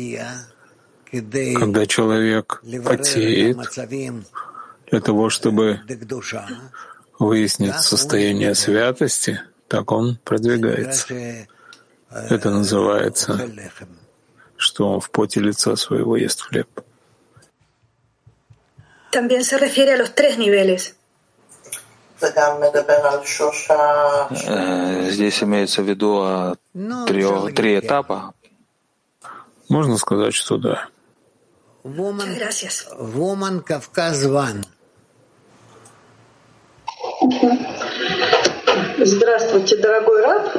когда человек потеет для того, чтобы выяснить состояние святости, так он продвигается. Это называется, что он в поте лица своего ест хлеб. También se refiere a los tres niveles. Здесь имеется в виду о трех, три этапа. Можно сказать, что да. Woman Кавказ Ван. Здравствуйте, дорогой Рав.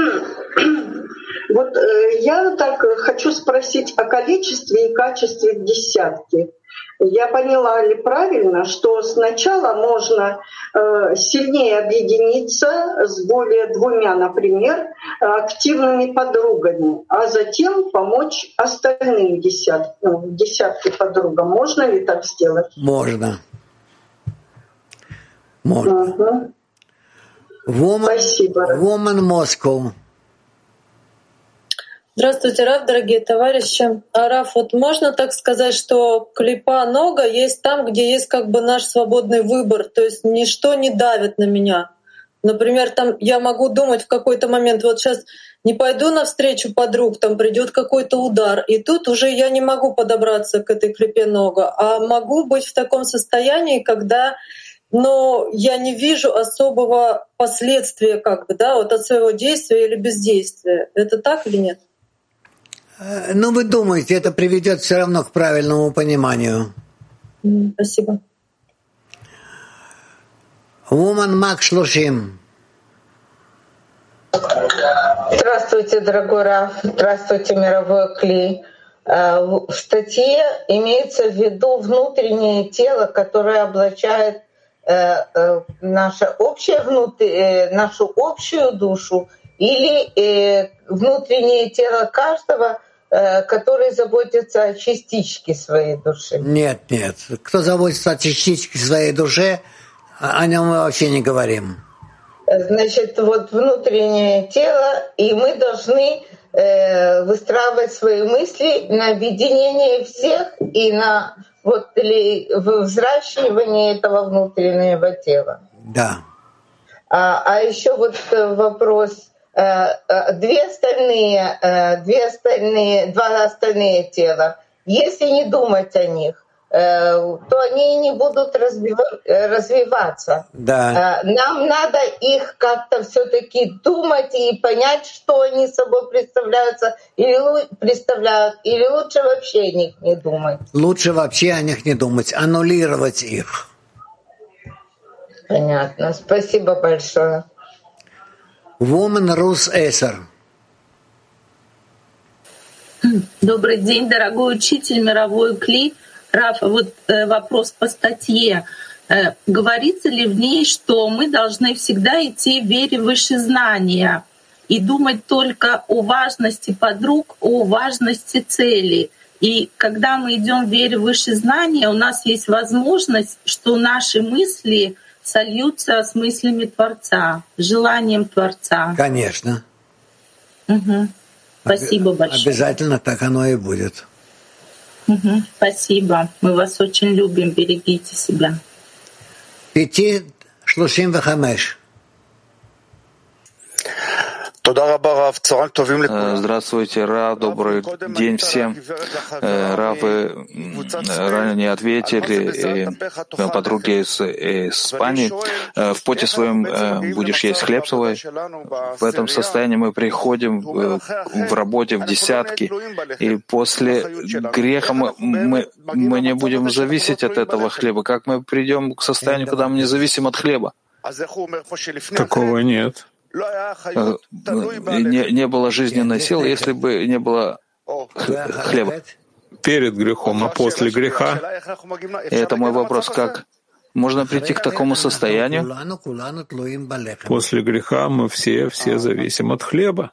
Вот э, я так хочу спросить о количестве и качестве десятки. Я поняла ли правильно, что сначала можно э, сильнее объединиться с более двумя, например, активными подругами, а затем помочь остальным десят, ну, десятке подругам. Можно ли так сделать? Можно. Можно. Угу. Woman, Спасибо. Woman Moscow. Здравствуйте, Рав, дорогие товарищи. А, Рав, вот можно так сказать, что клипа нога есть там, где есть как бы наш свободный выбор, то есть ничто не давит на меня. Например, там я могу думать в какой-то момент, вот сейчас не пойду навстречу подруг, там придет какой-то удар, и тут уже я не могу подобраться к этой клипе нога, а могу быть в таком состоянии, когда но я не вижу особого последствия как бы, да, вот от своего действия или бездействия. Это так или нет? Ну, вы думаете, это приведет все равно к правильному пониманию. Спасибо. Woman Мак Шлушим. Здравствуйте, дорогой Рав. Здравствуйте, мировой Кли. В статье имеется в виду внутреннее тело, которое облачает наше общее внутри, нашу общую душу или внутреннее тело каждого, который заботится о частичке своей души? Нет, нет. Кто заботится о частичке своей души, о нем мы вообще не говорим. Значит, вот внутреннее тело, и мы должны выстраивать свои мысли на объединение всех и на вот или взращивание этого внутреннего тела. Да. А, а еще вот вопрос: две остальные, две остальные, два остальные тела, если не думать о них, то они не будут развиваться. Да. Нам надо их как-то все-таки думать и понять, что они собой представляются, или представляют, или лучше вообще о них не думать. Лучше вообще о них не думать, аннулировать их. Понятно. Спасибо большое. Woman Рус Эсер. Добрый день, дорогой учитель, мировой Кли. Раф, вот э, вопрос по статье. Э, говорится ли в ней, что мы должны всегда идти в вере выше знания и думать только о важности подруг, о важности цели? И когда мы идем в вере выше знания, у нас есть возможность, что наши мысли сольются с мыслями Творца, желанием Творца. Конечно. Угу. Спасибо Об- большое. Обязательно так оно и будет. Угу. Спасибо. Мы вас очень любим. Берегите себя. Пяти шлушим вахамеш. Здравствуйте, Рав, добрый день всем. Рав, вы ранее ответили подруге из Испании. В поте своем будешь есть хлеб свой. В этом состоянии мы приходим в работе в десятки, и после греха мы, мы, мы не будем зависеть от этого хлеба. Как мы придем к состоянию, когда мы не зависим от хлеба? Такого нет. Не, не было жизненной силы, если бы не было хлеба. Перед грехом, а после греха? И это мой вопрос, как можно прийти к такому состоянию? После греха мы все, все зависим от хлеба.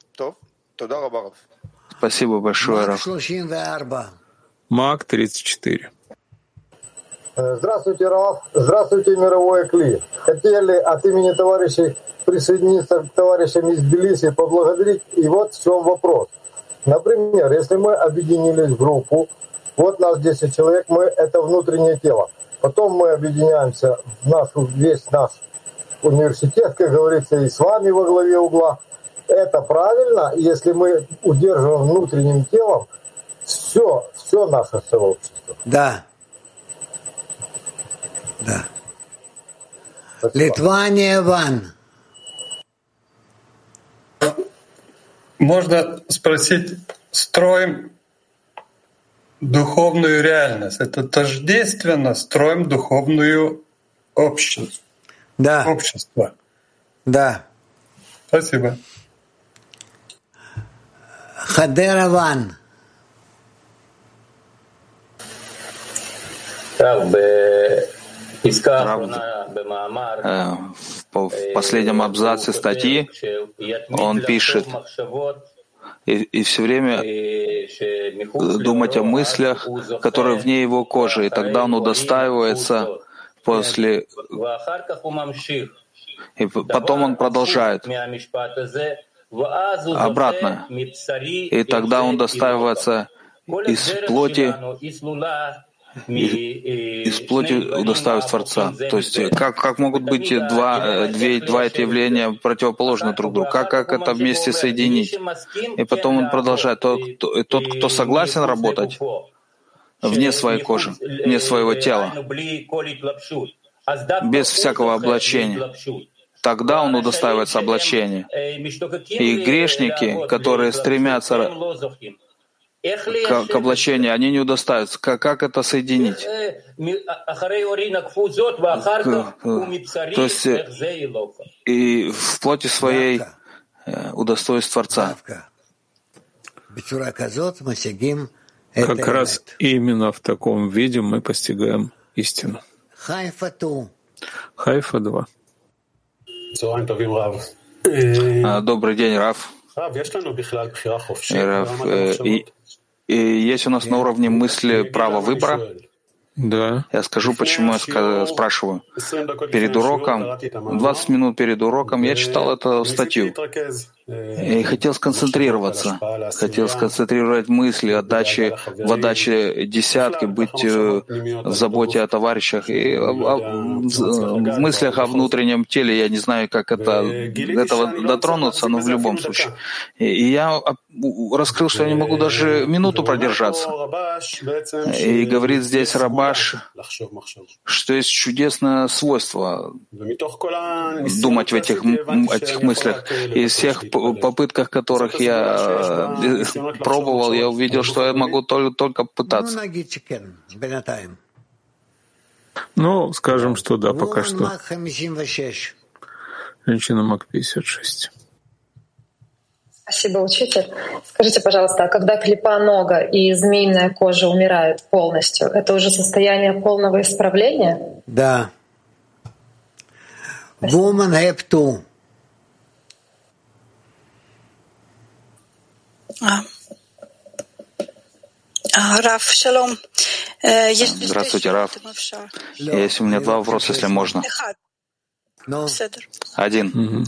Спасибо большое, Раф. Мак тридцать четыре. Здравствуйте, Раф. Здравствуйте, мировой Кли. Хотели от имени товарищей присоединиться к товарищам из Тбилиси и поблагодарить. И вот в чем вопрос. Например, если мы объединились в группу, вот нас десять человек, мы это внутреннее тело. Потом мы объединяемся в нашу, весь наш университет, как говорится, и с вами во главе угла. Это правильно, если мы удерживаем внутренним телом все, все наше сообщество. Да. Да. Литвания, Ван. Можно спросить, строим духовную реальность. Это тождественно строим духовную общность. Да. Общество. Да. Спасибо. Хадера, Ван. В последнем абзаце статьи он пишет, и, и все время думать о мыслях, которые вне его кожи, и тогда он удостаивается после... И потом он продолжает обратно, и тогда он удостаивается из плоти, из плоти удостаивает Творца. То есть как, как могут быть два, две, два эти явления противоположны друг другу? Как, как это вместе соединить? И потом он продолжает. Тот, кто, тот, кто согласен работать вне своей кожи, вне своего тела, без всякого облачения, тогда он удостаивается облачения. И грешники, которые стремятся К, к облачению, они не удостаются. Как, как это соединить? То есть и в плоти своей удостоить Творца. Как раз именно в таком виде мы постигаем истину. Хайфа два. Добрый день, Раф. Раф, и, и есть у нас на уровне мысли право выбора. Да. Я скажу, почему я ска- спрашиваю. Перед уроком, двадцать минут перед уроком, я читал эту статью и хотел сконцентрироваться, хотел сконцентрировать мысли, отдачи, в отдаче десятки, быть в заботе о товарищах и о, о, в мыслях о внутреннем теле. Я не знаю, как это, этого дотронуться, но в любом случае. И, и я раскрыл, что я не могу даже минуту продержаться. И говорит здесь Рабаш, что есть чудесное свойство думать в этих, этих мыслях. И из всех попытках, которых я пробовал, я увидел, что я могу только, только пытаться. Ну, скажем, что да, пока что. Женщина МАК пятьдесят шесть. Спасибо, учитель. Скажите, пожалуйста, а когда клипа нога и змеиная кожа умирают полностью, это уже состояние полного исправления? Да. Woman have to. Раф, шалом. Здравствуйте, Раф. Есть у меня два вопроса, если можно. Один.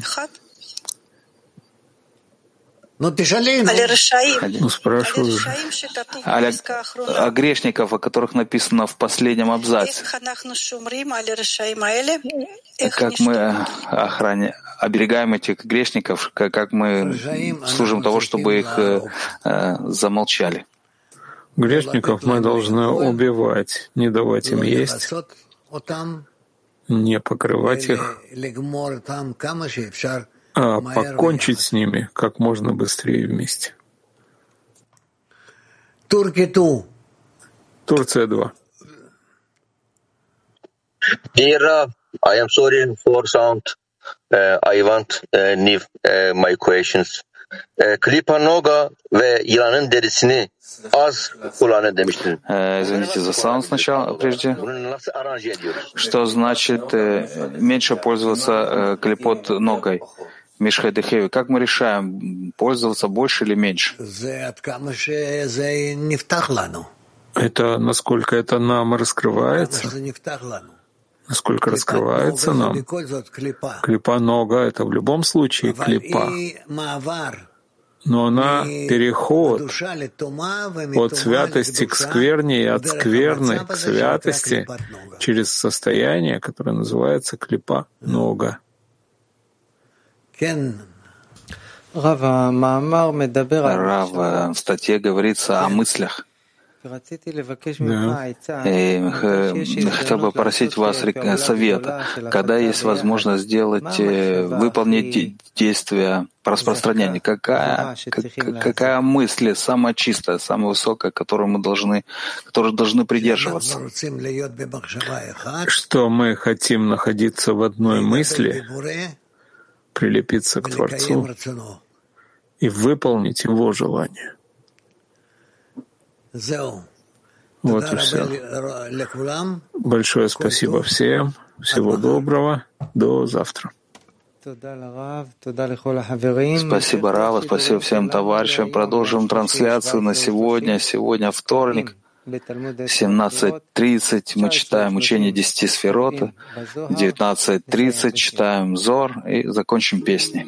Ну, ты жалеешь? Ну, спрашиваю. О грешников, о которых написано в последнем абзаце. Как мы охраняем, оберегаем этих грешников, как, как мы служим того, чтобы их э, э, замолчали. Грешников мы должны убивать, не давать им есть, не покрывать их, а покончить с ними как можно быстрее вместе. Турция два. Dear, I am sorry for sound. Uh, I want uh, new uh, my questions. Klipa noga ve yılanın derisini az kullanın demiştin. Извините за саунд сначала, прежде. Что значит меньше пользоваться клипот ногой? Мишхай Дехеви, как мы решаем, пользоваться больше или меньше? Это насколько это нам раскрывается, насколько раскрывается нам. Клипа нога — это в любом случае клипа, но она переход от святости к скверне и от скверны к святости через состояние, которое называется клипа нога. Рав, в статье говорится о мыслях. Да. И хотел бы просить вас совета, когда есть возможность сделать, выполнить действия по распространению. Какая, какая мысль самая чистая, самая высокая, которую мы должны, которой должны придерживаться? Что мы хотим находиться в одной мысли, прилепиться к Творцу и выполнить Его желание. Вот и все. Большое спасибо всем. Всего доброго. До завтра. Спасибо, Рава. Спасибо всем товарищам. Продолжим трансляцию на сегодня. Сегодня вторник. семнадцать тридцать мы читаем учение десяти сферот. девятнадцать тридцать читаем Зор и закончим песней.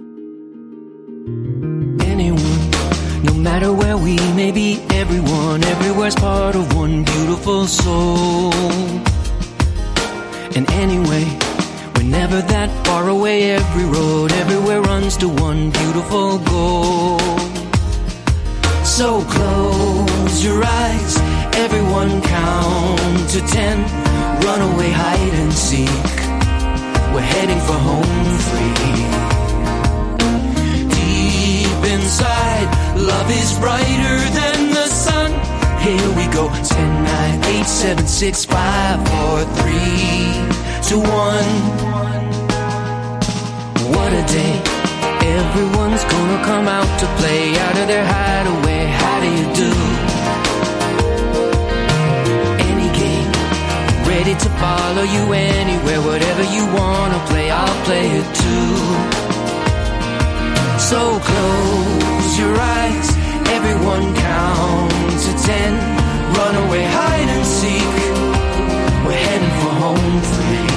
No matter where we may be, everyone, everywhere's part of one beautiful soul. And anyway, we're never that far away. Every road, everywhere runs to one beautiful goal. So close your eyes, everyone count to ten. Run away, hide and seek. We're heading for home free. Inside, love is brighter than the sun. Here we go. Ten, nine, eight, seven, six, five, four, three, two, one. What a day. Everyone's gonna come out to play out of their hideaway. How do you do? Any game, ready to follow you anywhere. Whatever you wanna play, I'll play it too. So close your eyes, everyone count to ten. Run away, hide and seek. We're heading for home free.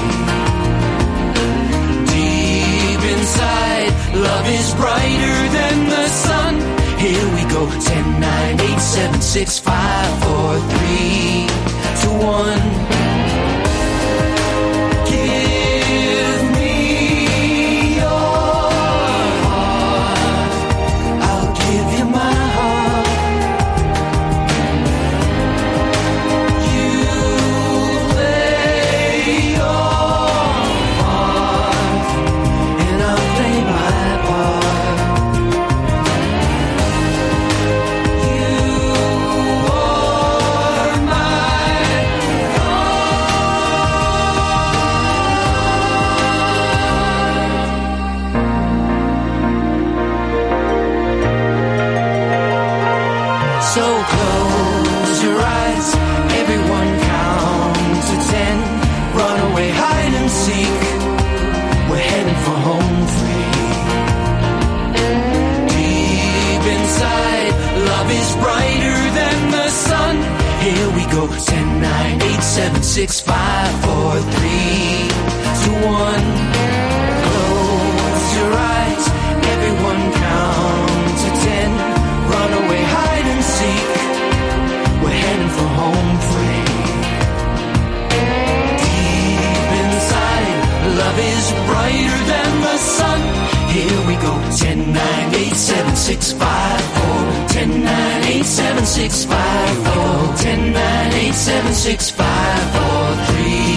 Deep inside, love is brighter than the sun. Here we go. Ten, nine, eight, seven, six, five, four, three, two, one. Ten, nine, eight, seven, six, five, four, three, two, one. Close your eyes, everyone count to ten. Run away, hide and seek. We're heading for home free. Deep inside, love is brighter than the sun. Here we go. Ten, nine, eight, seven, six, five, four. Ten, nine, eight, seven, six, five, four. Ten, nine, eight, seven, six, five, four, three.